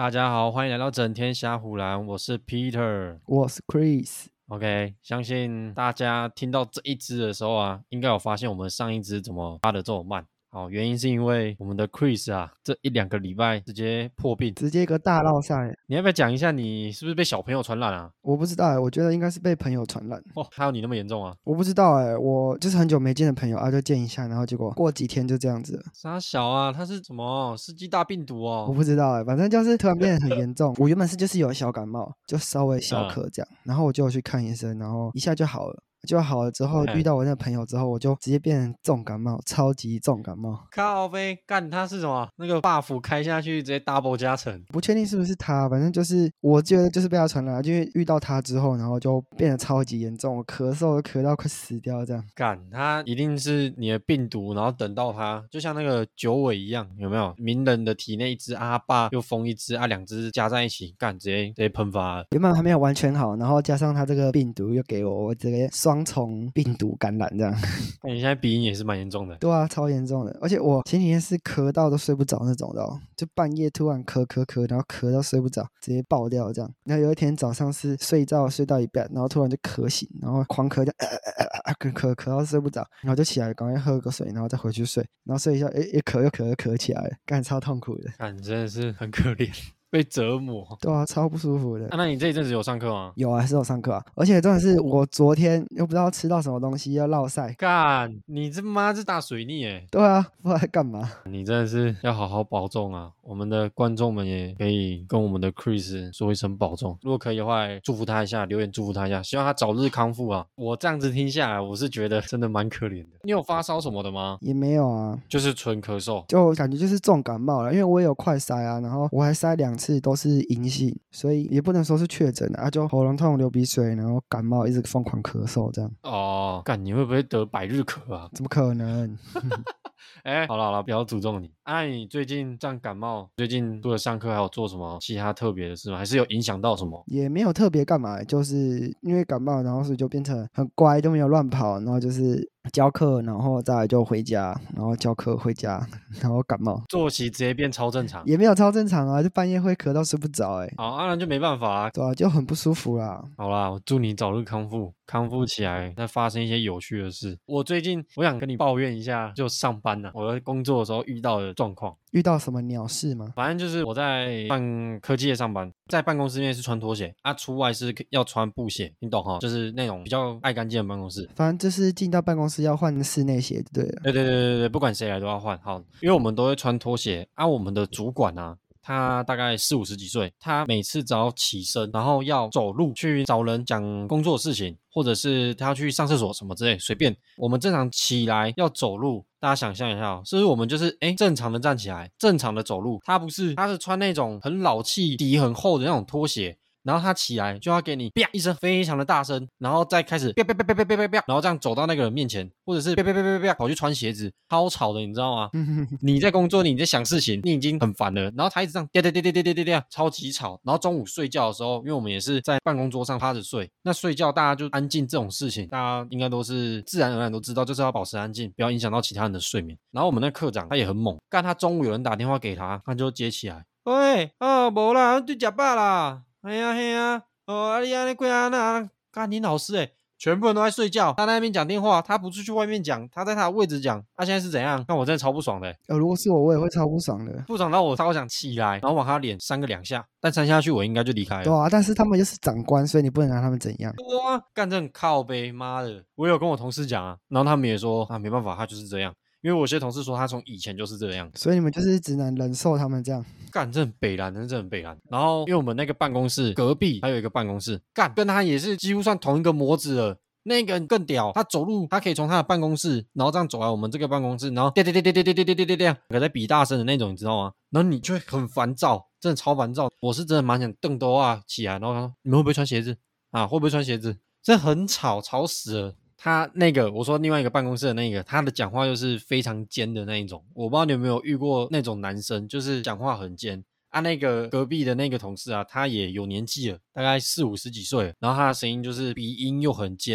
大家好，欢迎来到整天瞎胡乱，我是 Peter， 我是 Chris。 OK，相信大家听到这一支的时候啊，应该有发现我们上一支怎么发的这么慢。好，原因是因为我们的 Chris 啊，这1-2个礼拜直接破病， 直接一个大落赛。 你要不要讲一下你是不是被小朋友传染啊？ 我不知道我觉得应该是被朋友传染。 哦，还有你那么严重啊？ 我不知道我就是很久没见的朋友啊，就见一下，然后结果过几天就这样子了。 傻小啊，他是什么世纪大病毒我哦？ 不知道反正就是突然变得很严重。我原本就是有小感冒，就稍微小咳这样，然后我就去看医生，然后一下就好了。就好了之后，遇到我那个朋友之后，我就直接变成重感冒，超级重感冒。 靠呗，干他是什么？那个 buff 开下去直接 double 加成。 不确定是不是他，反正就是我觉得就是被他传染了，就是遇到他之后，然后就变得超级严重，我咳嗽咳到快死掉这样。 干，他一定是你的病毒，然后等到他就像那个九尾一样，有没有？名人的体内一只他爸又封一只2只加在一起，干直接喷发了。 原本还没有完全好，然后加上他这个病毒又给我直接双重病毒感染这样。 那你现在鼻音也是蛮严重的。 对啊，超严重的，而且我前几天是咳到都睡不着那种的就半夜突然咳，然后咳到睡不着，直接爆掉这样。然后有一天早上是睡到一半，然后突然就咳醒，然后狂咳，咳到睡不着，然后就起来赶快喝个水，然后再回去睡，然后睡一下，一咳又咳起来了，干超痛苦的。 干，真的是很可怜。被折磨。 对啊，超不舒服的。 那你这一阵子有上课吗？ 有啊，是有上课啊，而且真的是我昨天又不知道吃到什么东西要落晒。 干，你这妈是大水逆耶。 对啊，不知道在干嘛。 你真的是要好好保重啊！我们的观众们也可以跟我们的 Chris 说一声保重，如果可以的话，祝福他一下，留言祝福他一下，希望他早日康复啊！我这样子听下来，我是觉得真的蛮可怜的。你有发烧什么的吗？ 也没有啊， 就是纯咳嗽， 就感觉就是重感冒了，因为我也有快筛啊，然后我还筛2次都是阴性，所以也不能说是确诊啊，就喉咙痛、流鼻水，然后感冒，一直疯狂咳嗽这样。 哦，干，你会不会得百日咳啊？ 怎么可能？ 好了，不要诅咒你。你最近这样感冒，最近除了上课还有做什么其他特别的事吗？还是有影响到什么？ 也没有特别干嘛，就是因为感冒，然后所以就变成很乖，都没有乱跑，然后就是教课，然后再来就回家，然后教课回家，然后感冒， 作息直接变超正常， 也没有超正常啊，就半夜会咳到睡不着好，那就没办法啊。 对啊，就很不舒服啦。 好啦，我祝你早日康复，康复起来再发生一些有趣的事。我最近我想跟你抱怨一下，就上班啊，我在工作的时候遇到的状况。 遇到什么鸟事吗？ 反正就是我在办科技业上班，在办公室内是穿拖鞋出外是要穿布鞋，你懂哈？就是那种比较爱干净的办公室。 反正就是进到办公室要换室内鞋，对了。 对，不管谁来都要换。好，因为我们都会穿拖鞋我们的主管啊，他大概40-50几岁，他每次只要起身，然后要走路去找人讲工作的事情，或者是他要去上厕所什么之类，随便。我们正常起来要走路，大家想象一下是不是我们就是正常的站起来，正常的走路，他不是，他是穿那种很老气、底很厚的那种拖鞋。然后他起来就要给你啪一声非常的大声，然后再开始啪啪啪啪啪啪啪啪，然后这样走到那个人面前，或者是啪啪啪啪啪跑去穿鞋子，超吵的，你知道吗？你在工作，你在想事情，你已经很烦了，然后他一直这样嗲嗲嗲嗲嗲嗲嗲，超级吵。然后中午睡觉的时候，因为我们也是在办公桌上趴着睡，那睡觉大家就安静这种事情，大家应该都是自然而然都知道，就是要保持安静，不要影响到其他人的睡眠。然后我们那科长他也很猛，干他中午有人打电话给他，他就接起来，喂，没啦，去吃饱啦。哎呀，你安尼过啊那干你老师全部人都在睡觉，他在那边讲电话，他不出去外面讲，他在他的位置讲，他现在是怎样？那我真的超不爽的如果是我也会超不爽的。 不爽到我超想起来，然后往他脸扇个2下，但扇下去我应该就离开了。 对啊，但是他们又是长官，所以你不能拿他们怎样。 哇，干这很靠背，妈的！我有跟我同事讲然后他们也说没办法，他就是这样。因为我有些同事说他从以前就是这样， 所以你们就是只能忍受他们这样。 干，这很北蓝，真的很北蓝。然后因为我们那个办公室隔壁还有一个办公室，干跟他也是几乎算同一个模子了。那个人更屌，他走路他可以从他的办公室，然后这样走来我们这个办公室，然后可在比大声的那种，你知道吗？然后你就会很烦躁，真的超烦躁。我是真的蛮想瞪兜起来，然后他说你们会不会穿鞋子会不会穿鞋子？这很吵，吵死了。他那个我说另外一个办公室的那个，他的讲话又是非常尖的那一种，我不知道你有没有遇过那种男生，就是讲话很尖那个隔壁的那个同事他也有年纪了，大概40-50几岁了，然后他的声音就是鼻音又很尖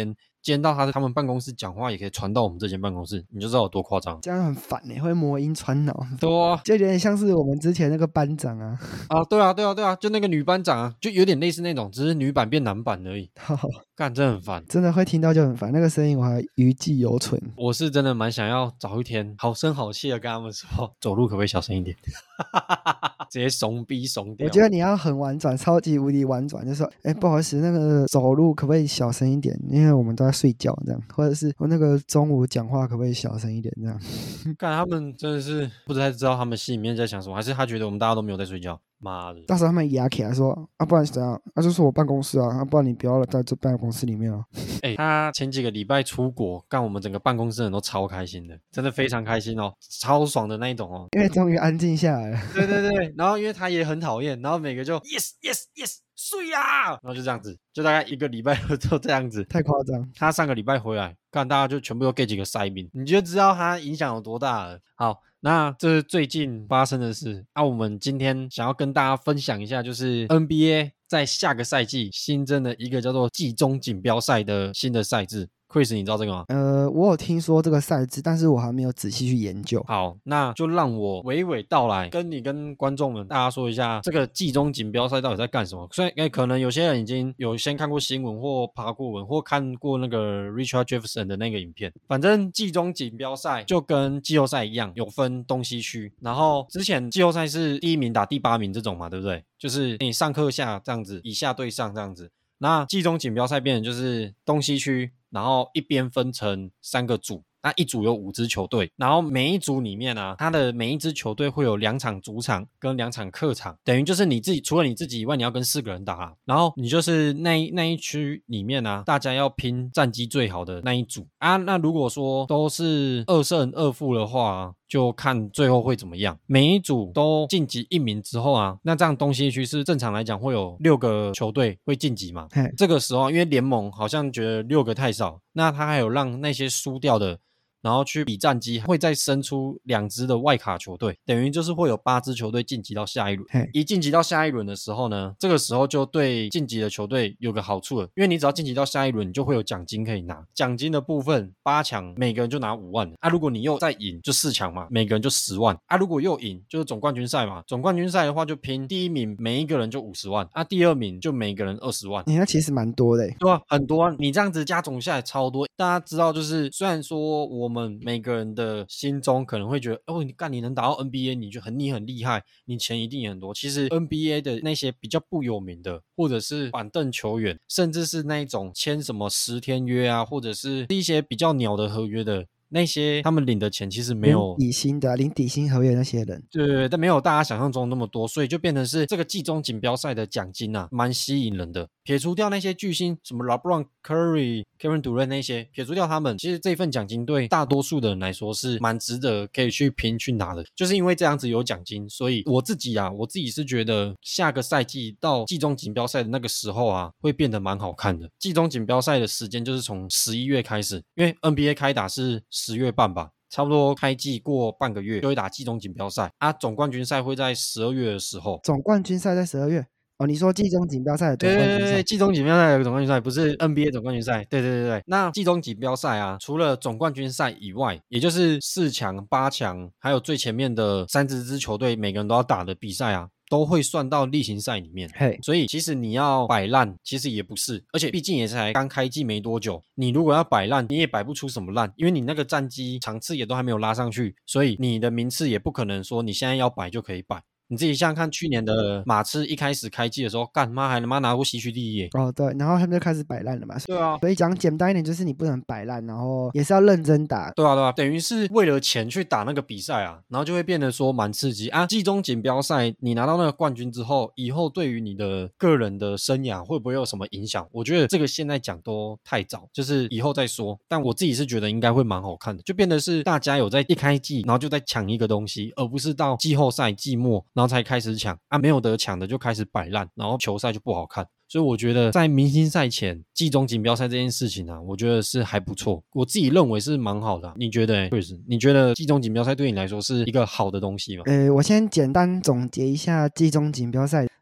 监到他们办公室讲话，也可以传到我们这间办公室，你就知道有多夸张。 这样很烦欸，会魔音传脑。 对啊， 就有点像是我们之前那个班长啊。 对啊，就那个女班长啊，就有点类似那种，只是女版变男版而已。干，真的很烦， 真的会听到就很烦，那个声音我还余悸犹存。 我是真的蛮想要早一天好声好气的跟他们说，走路可不可以小声一点？直接怂逼怂掉。 我觉得你要很婉转，超级无敌婉转，就说，不好意思，那个走路可不可以小声一点？因为我们都在睡觉这样，或者是我那个中午讲话可不可以小声一点这样？ 干，他们真的是不太知道他们心里面在想什么，还是他觉得我们大家都没有在睡觉？妈的！ 到时候他们压起来说，不然是怎样？就是我办公室啊，不然你不要在这办公室里面啊。 他前几个礼拜出国，干我们整个办公室人都超开心的，真的非常开心哦，超爽的那一种哦。 因为终于安静下来了。 对，然后因为他也很讨厌，然后每个就 yes 睡啊，然后就这样子，就大概1个礼拜都这样子， 太夸张。 他上个礼拜回来，干大家就全部都给几个塞宾，你就知道他影响有多大了。好，那这是最近发生的事。我们今天想要跟大家分享一下，就是 NBA 在下个赛季新增的一个叫做季中锦标赛的新的赛制。Chris， 你知道这个吗？ 我有听说这个赛制，但是我还没有仔细去研究。 好，那就让我娓娓道来，跟你跟观众们大家说一下这个季中锦标赛到底在干什么。所以可能有些人已经有先看过新闻或爬过文或看过那个 Richard Jefferson 的那个影片。反正季中锦标赛就跟季后赛一样，有分东西区。然后之前季后赛是第1名打第8名这种嘛，对不对？就是你上课下这样子，以下对上这样子。那季中锦标赛变成就是东西区，然后一边分成3个组，那一组有5支球队，然后每一组里面啊，它的每一支球队会有2场主场跟2场客场，等于就是你自己除了你自己以外，你要跟4个人打啦，然后你就是那一区里面啊，大家要拼战绩最好的那一组啊。那如果说都是2胜2负的话，就看最后会怎么样。每一组都晋级1名之后啊，那这样东西区是正常来讲会有6个球队会晋级嘛。这个时候因为联盟好像觉得6个太少，那他还有让那些输掉的然后去比战绩，会再生出2支的外卡球队，等于就是会有8支球队晋级到下一轮。一晋级到下一轮的时候呢，这个时候就对晋级的球队有个好处了，因为你只要晋级到下一轮，你就会有奖金可以拿。奖金的部分8强每个人就拿5万如果你又再赢就4强嘛，每个人就10万如果又赢就是总冠军赛嘛，总冠军赛的话就拼第1名每一个人就50万第2名就每个人20万。 那其实蛮多的对啊，很多你这样子加总下来超多。大家知道就是虽然说我们每个人的心中可能会觉得你能打到 NBA 你就你很厉害，你钱一定也很多。其实 NBA 的那些比较不有名的或者是板凳球员，甚至是那一种签什么10天约或者是一些比较鸟的合约的那些，他们领的钱其实没有领底薪的领底薪合约那些人， 对，但没有大家想象中那么多，所以就变成是这个季中锦标赛的奖金蛮吸引人的。撇除掉那些巨星什么 LeBron、Curry、Kevin Durant 那些，撇除掉他们，其实这份奖金对大多数的人来说是蛮值得可以去拼去拿的。就是因为这样子有奖金，所以我自己是觉得下个赛季到季中锦标赛的那个时候会变得蛮好看的。季中锦标赛的时间就是从11月开始，因为 NBA 开打是10月半吧，差不多开季过半个月就会打季中锦标赛总冠军赛会在12月的时候。 总冠军赛在12月你说季中锦标赛的总冠军赛？ 对，季中锦标赛的总冠军赛不是 NBA 总冠军赛。对，那季中锦标赛除了总冠军赛以外，也就是4强、8强，还有最前面的30支球队每个人都要打的比赛都会算到例行赛里面。所以其实你要摆烂其实也不是，而且毕竟也才刚开季没多久，你如果要摆烂你也摆不出什么烂，因为你那个战绩场次也都还没有拉上去，所以你的名次也不可能说你现在要摆就可以摆。你自己想想看，去年的马刺一开始开季的时候，干妈还他妈拿过西区第1耶。 对，然后他们就开始摆烂了嘛。 对啊， 所以讲简单一点，就是你不能摆烂，然后也是要认真打。 对啊，等于是为了钱去打那个比赛然后就会变得说蛮刺激季中锦标赛你拿到那个冠军之后，以后对于你的个人的生涯会不会有什么影响？我觉得这个现在讲都太早，就是以后再说。但我自己是觉得应该会蛮好看的，就变得是大家有在一开季，然后就在抢一个东西，而不是到季后赛季末然后才开始抢没有得抢的就开始摆烂，然后球赛就不好看。所以我觉得在明星赛前季中锦标赛这件事情我觉得是还不错，我自己认为是蛮好的你觉得你觉得季中锦标赛对你来说是一个好的东西吗？ 我先简单总结一下季中锦标赛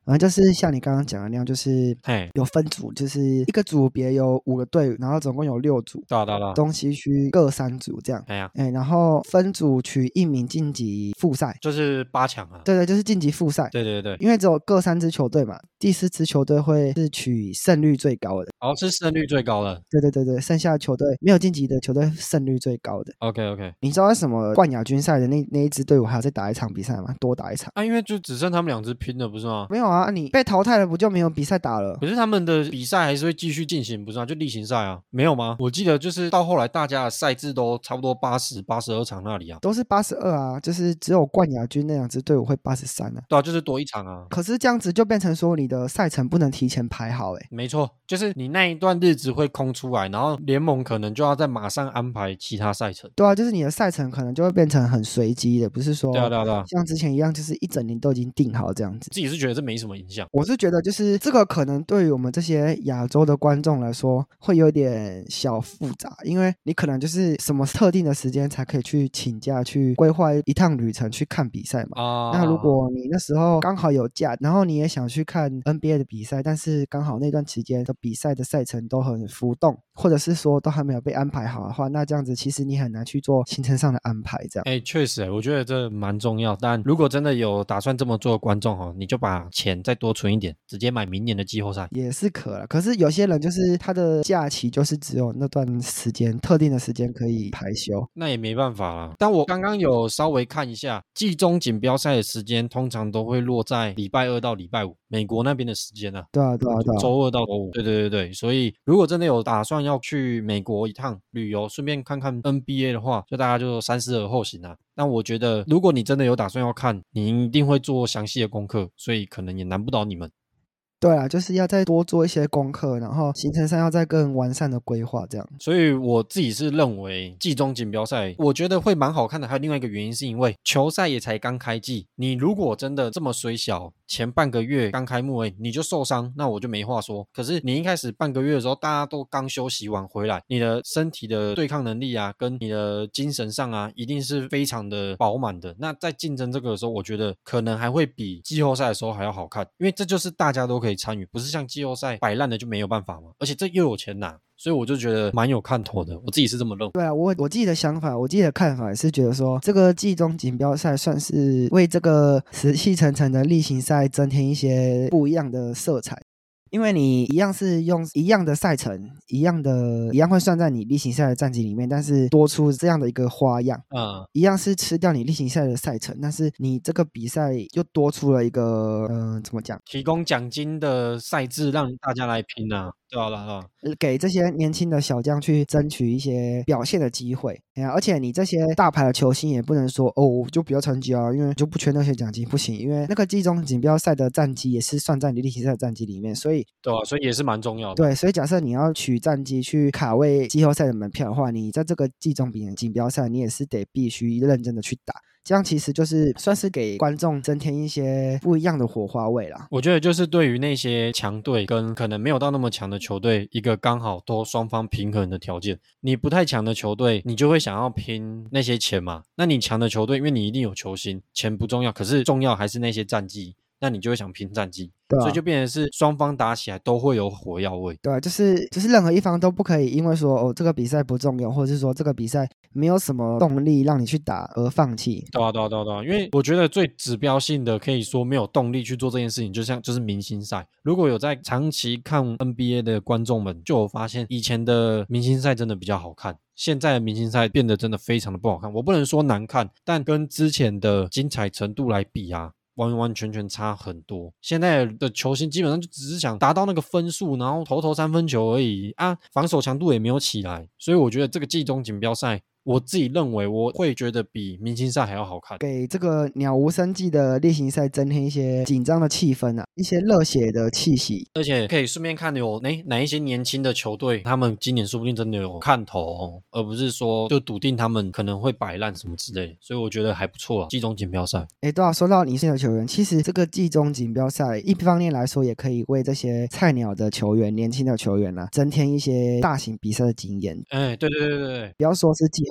反正就是像你刚刚讲的那样，就是嘿， 有分组，就是一个组别有5个队伍，然后总共有6组， 对啊对啊对啊， 东西区各3组这样。 哎呀， 然后分组取1名晋级复赛。 就是8强啊， 对对，就是晋级复赛。 对对对， 因为只有各3支球队嘛，第4支球队会是取胜率最高的。 然后是胜率最高的对对对对，剩下的球队没有晋级的球队胜率最高的。 ，OK OK， 你知道为什么冠亚军赛的那一支队伍还要再打一场比赛吗？多打一场。 啊，因为就只剩他们2支拼了，不是吗？ 没有啊，你被淘汰了不就没有比赛打了？ 可是他们的比赛还是会继续进行，不是吗？就例行赛啊，没有吗？我记得就是到后来大家的赛制都差不多80、82场那里啊， 都是82啊，就是只有冠亚军那2支队伍会83啊。 对啊，就是多1场啊。 可是这样子就变成说你的赛程不能提前排好。 没错，就是你那一段日子会空出来，然后联盟可能就要再马上安排其他赛程。 对啊，就是你的赛程可能就会变成很随机的，不是说对啊，对啊，对啊， 像之前一样就是一整年都已经定好这样子。 自己是觉得这没什么影响。 我是觉得就是这个可能对于我们这些亚洲的观众来说会有点小复杂，因为你可能就是什么特定的时间才可以去请假去规划一趟旅程去看比赛嘛。那如果你那时候刚好有假，然后你也想去看 NBA 的比赛，但是刚好那段期间的比赛的赛程都很浮动，或者是说都还没有被安排好的话，那这样子其实你很难去做行程上的安排这样。 确实，我觉得这蛮重要。但如果真的有打算这么做的观众哦，你就把钱再多存一点，直接买明年的季后赛也是可了。可是有些人就是他的假期就是只有那段时间特定的时间可以排休， 那也没办法啦。但我刚刚有稍微看一下，季中锦标赛的时间通常都会落在礼拜2到礼拜5，美国那边的时间啊。 对啊对啊对啊。 周2到周5，对对对对，所以如果真的有打算要去美国一趟旅游，顺便看看 NBA 的话，就大家就三思而后行啊。但我觉得，如果你真的有打算要看，你一定会做详细的功课，所以可能也难不倒你们。 对啊，就是要再多做一些功课，然后行程上要再更完善的规划这样。 所以我自己是认为季中锦标赛，我觉得会蛮好看的。还有另外一个原因是因为球赛也才刚开季，你如果真的这么衰小，前半个月刚开幕你就受伤，那我就没话说。可是你一开始半个月的时候，大家都刚休息完回来，你的身体的对抗能力啊，跟你的精神上啊，一定是非常的饱满的。那在竞争这个的时候，我觉得可能还会比季后赛的时候还要好看，因为这就是大家都可以参与，不是像季后赛摆烂的就没有办法嘛。而且这又有钱拿，所以我就觉得蛮有看头的，我自己是这么认为。 对啊，我自己的想法，我自己的看法也是觉得说，这个季中锦标赛算是为这个死气沉沉的例行赛增添一些不一样的色彩。因为你一样是用一样的赛程，一样会算在你例行赛的战绩里面，但是多出这样的一个花样，一样是吃掉你例行赛的赛程，但是你这个比赛又多出了一个怎么讲？ 提供奖金的赛制让大家来拼啊，对啊，对啊， 给这些年轻的小将去争取一些表现的机会。而且你这些大牌的球星也不能说我就不要参加，因为就不缺那些奖金，不行，因为那个季中锦标赛的战绩也是算在你例行赛的战绩里面，所以对啊，所以也是蛮重要的。 对，所以假设你要取战绩去卡位季后赛的门票的话，你在这个季中锦标赛，你也是必须认真的去打。这样其实就是算是给观众增添一些不一样的火花味啦。 我觉得就是对于那些强队跟可能没有到那么强的球队，一个刚好都双方平衡的条件。你不太强的球队，你就会想要拼那些钱嘛。那你强的球队，因为你一定有球星，钱不重要，可是重要还是那些战绩。那你就会想拼战绩，所以就变成是双方打起来都会有火药味。 对，就是任何一方都不可以因为说这个比赛不重要，或者是说这个比赛没有什么动力让你去打而放弃。 对啊，因为我觉得最指标性的可以说没有动力去做这件事情，就是明星赛。如果有在长期看 NBA 的观众们，就有发现以前的明星赛真的比较好看。现在的明星赛变得真的非常的不好看，我不能说难看，但跟之前的精彩程度来比啊，完完全全差很多。现在的球星基本上就只是想达到那个分数，然后投三分球而已啊，防守强度也没有起来。所以我觉得这个季中锦标赛，我自己认为我会觉得比明星赛还要好看， 给这个鸟无生计的例行赛增添一些紧张的气氛啊，一些热血的气息， 而且可以顺便看有哪一些年轻的球队，他们今年说不定真的有看头而不是说就笃定他们可能会摆烂什么之类的。所以我觉得还不错啊，季中锦标赛。 对啊，说到年轻的球员，其实这个季中锦标赛一方面来说，也可以为这些菜鸟的球员、年轻的球员增添一些大型比赛的经验。 对， 不要说是季后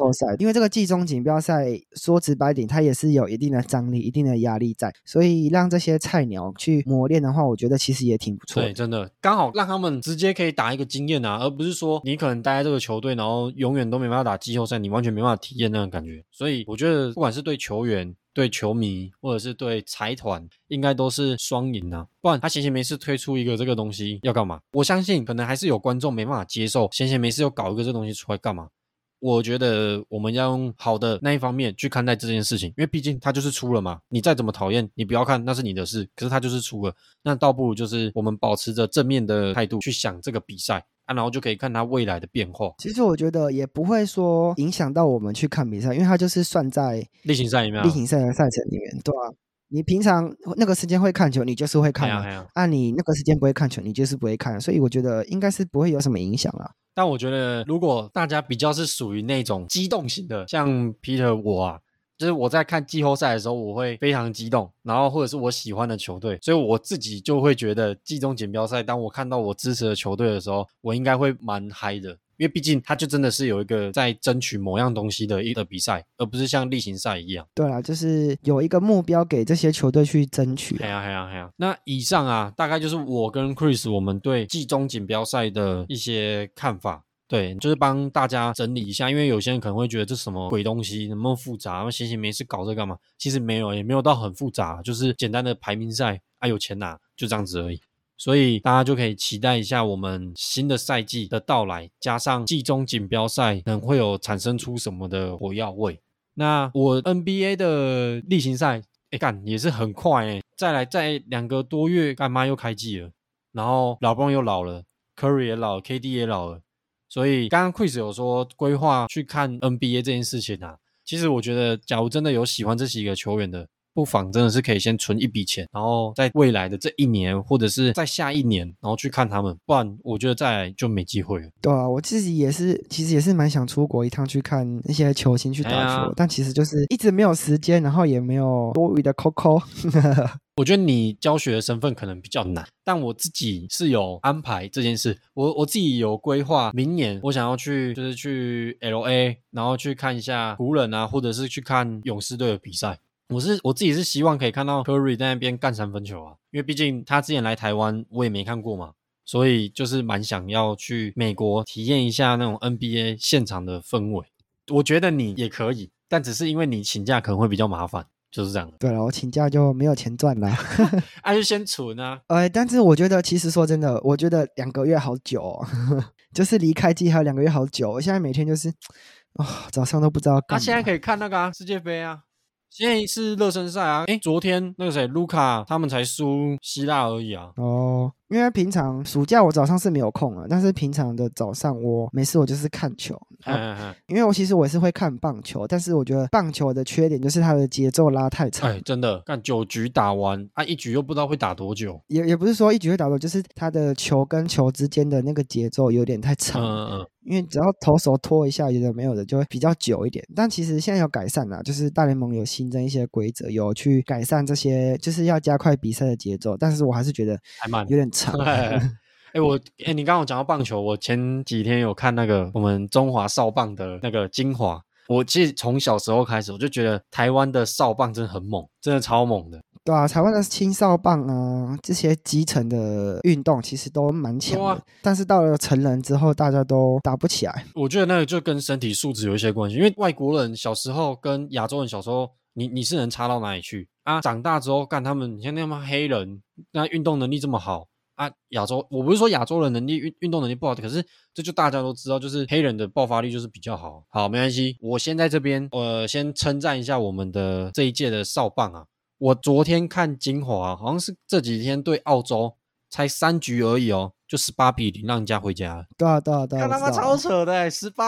后赛，因为这个季中锦标赛说直白点，它也是有一定的张力、一定的压力在，所以让这些菜鸟去磨练的话，我觉得其实也挺不错的。 对，真的刚好让他们直接可以打一个经验啊，而不是说你可能待在这个球队，然后永远都没办法打季后赛，你完全没办法体验那种感觉。所以我觉得不管是对球员、对球迷，或者是对财团，应该都是双赢啊。不然他闲闲没事推出一个这个东西要干嘛？我相信可能还是有观众没办法接受，闲闲没事又搞一个这东西出来干嘛？我觉得我们要用好的那一方面去看待这件事情，因为毕竟它就是出了嘛，你再怎么讨厌，你不要看，那是你的事。可是它就是出了，那倒不如就是我们保持着正面的态度去想这个比赛啊，然后就可以看它未来的变化。 其实我觉得也不会说影响到我们去看比赛，因为它就是算在例行赛里面例行赛的赛程里面，对啊。你平常那个时间会看球，你就是会看啊。啊，你那个时间不会看球，你就是不会看，所以我觉得应该是不会有什么影响啦。 但我觉得，如果大家比较是属于那种激动型的，像 Peter 我啊，就是我在看季后赛的时候，我会非常激动，然后或者是我喜欢的球队，所以我自己就会觉得季中锦标赛，当我看到我支持的球队的时候，我应该会蛮嗨的。因为毕竟它就真的是有一个在争取某样东西的一个比赛，而不是像例行赛一样。 对啦，就是有一个目标给这些球队去争取。 嘿呀。那以上啊，大概就是我跟 Chris 我们对季中锦标赛的一些看法。对，就是帮大家整理一下，因为有些人可能会觉得这什么鬼东西，那么复杂，闲闲没事搞这干嘛？其实没有，也没有到很复杂，就是简单的排名赛啊，有钱拿，就这样子而已。所以大家就可以期待一下我们新的赛季的到来，加上季中锦标赛可能会有产生出什么的火药味。那我 NBA 的例行赛，干也是很快再2个多月，干妈又开季了，然后老布朗又老了 ，Curry 也老了 ，KD 也老了，所以刚刚 Chris 有说规划去看 NBA 这件事情啊，其实我觉得假如真的有喜欢这几个球员的，不妨真的是可以先存一笔钱，然后在未来的这一年或者是在下一年，然后去看他们，不然我觉得再来就没机会了。 对啊，我自己也是，其实也是蛮想出国一趟去看那些球星去打球，但其实就是一直没有时间，然后也没有多余的 COCO。 我觉得你教学的身份可能比较难，但我自己是有安排这件事。我自己有规划，明年我想要就是去 LA， 然后去看一下湖人啊，或者是去看勇士队的比赛。我自己是希望可以看到 Curry 在那边干3分球啊，因为毕竟他之前来台湾我也没看过嘛，所以就是蛮想要去美国体验一下那种 NBA 现场的氛围。我觉得你也可以，但只是因为你请假可能会比较麻烦。就是这样。 对了，我请假就没有钱赚啦。 就先存啊。 但是我觉得，其实说真的，我觉得2个月好久哦，就是离开季还有2个月好久。我现在每天就是早上都不知道干嘛。 现在可以看那个世界杯啊。现在是热身赛啊，昨天那个谁卢卡他们才输希腊而已啊。 因为平常暑假我早上是没有空了，但是平常的早上我没事我就是看球。因为其实我是会看棒球，但是我觉得棒球的缺点就是它的节奏拉太长。 真的，干9局打完一局又不知道会打多久。 也不是说1局会打多久，就是它的球跟球之间的那个节奏有点太长。因为只要投手拖一下，有的没有的就会比较久一点。但其实现在有改善啦，就是大联盟有新增一些规则，有去改善这些，就是要加快比赛的节奏。但是我还是觉得还慢， 有点长。 你刚刚讲到棒球，我前几天有看那个我们中华少棒的那个精华。我其实从小时候开始，我就觉得台湾的少棒真的很猛，真的超猛的。 对啊，台湾的青少棒啊，这些基层的运动其实都蛮强的，但是到了成人之后，大家都打不起来。 我觉得那个就跟身体素质有一些关系，因为外国人小时候跟亚洲人小时候，你是能差到哪里去啊？长大之后干他们，你像那帮黑人，那运动能力这么好啊，亚洲我不是说亚洲人能力运动能力不好，可是这就大家都知道，就是黑人的爆发力就是比较好。好，没关系，我先在这边先称赞一下我们的这一届的少棒啊。我昨天看精华，好像是这几天对澳洲才3局而已哦，就18-0让人家回家了。 对啊， 看他妈超扯的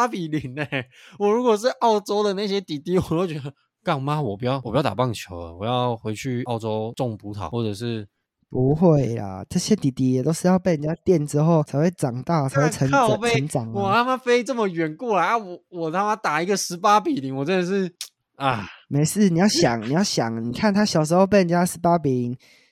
18-0我如果是澳洲的那些弟弟，我都觉得干妈我不要打棒球了，我要回去澳洲种葡萄，或者是不会啦，这些弟弟也都是要被人家电之后才会长大，才会成长。 我他妈飞这么远过来啊！我他妈打一个18-0，我真的是啊！ 没事，你要想，你看他小时候被人家18-0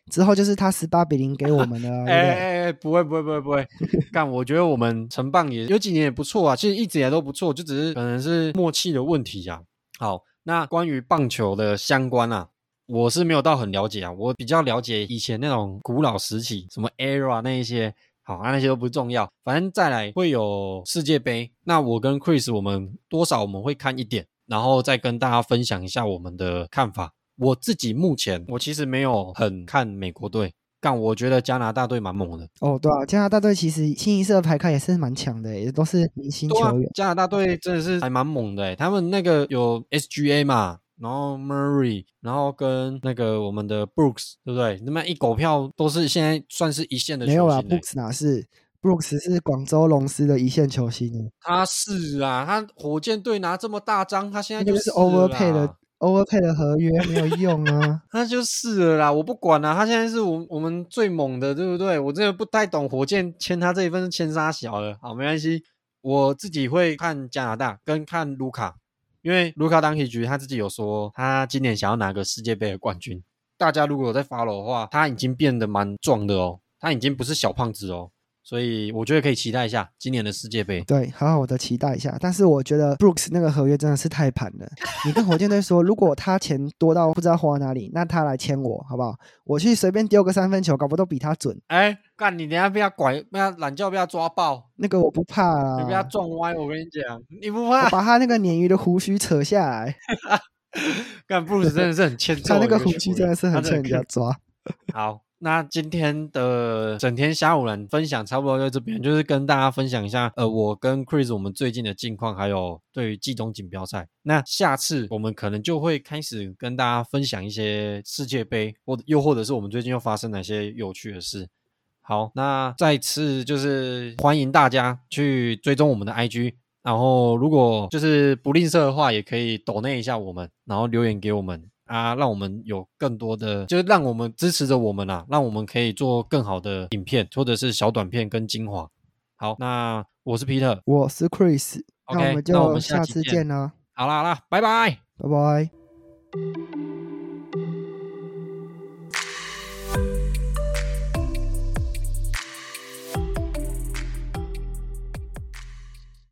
之后就是他18-0给我们的啊，对不对？ 不会，干，我觉得我们成棒也有几年也不错啊，其实一直以来都不错，就只是可能是默契的问题啊。好，那关于棒球的相关啊，我是没有到很了解啊，我比较了解以前那种古老时期，什么 era 那一些。好，那些都不重要，反正再来会有世界杯。那我跟 Chris 我们多少我们会看一点，然后再跟大家分享一下我们的看法。我自己目前我其实没有很看美国队，但我觉得加拿大队蛮猛的。 哦，对啊，加拿大队其实清一色排开也是蛮强的，也都是明星球员。 加拿大队真的是还蛮猛的，他们那个有 SGA 嘛，然后 Murray， 然后跟那个我们的 Brooks， 对不对？那么一狗票都是现在算是一线的球星。 没有啦，Brooks 哪是？Brooks 是广州龙狮的一线球星。 他是啊，他火箭队拿这么大张，他现在那个就是了啦。 overpay 的合约没有用啊。 他就是了啦，我不管啦，他现在是我们最猛的，对不对？我真的不太懂火箭签他这一份是签啥小的。好，没关系，我自己会看加拿大跟看卢卡，因为卢卡当局他自己有说他今年想要拿个世界杯的冠军。大家如果有在 follow 的话，他已经变得蛮壮的哦，他已经不是小胖子哦。所以我觉得可以期待一下今年的世界杯。 对，好好的期待一下。但是我觉得 Brooks 那个合约真的是太盘了。你跟火箭队说，如果他钱多到不知道花哪里，那他来签我好不好？我去随便丢个3分球，搞不都比他准。 干你等一下被他拐，被他懒觉被他抓爆。 那个我不怕啊， 你被他撞歪，我跟你讲，你不怕？ 我把他那个鲶鱼的胡须扯下来。 干 Bruce 真的是很欠揍， 他那个胡须真的是很欠人家抓。 好，那今天的整天下午人分享差不多在这边，就是跟大家分享一下我跟 Chris 我们最近的近况，还有对于季中锦标赛。那下次我们可能就会开始跟大家分享一些世界杯，或者是我们最近又发生哪些有趣的事。好，那再次就是欢迎大家去追踪我们的 IG， 然后如果就是不吝啬的话，也可以抖内一下我们，然后留言给我们啊，让我们有更多的，就是让我们支持着我们啊，让我们可以做更好的影片或者是小短片跟精华。好，那我是 Peter， 我是 Chris， OK， 那我们就下次见啦。 好啦，拜拜， 拜拜。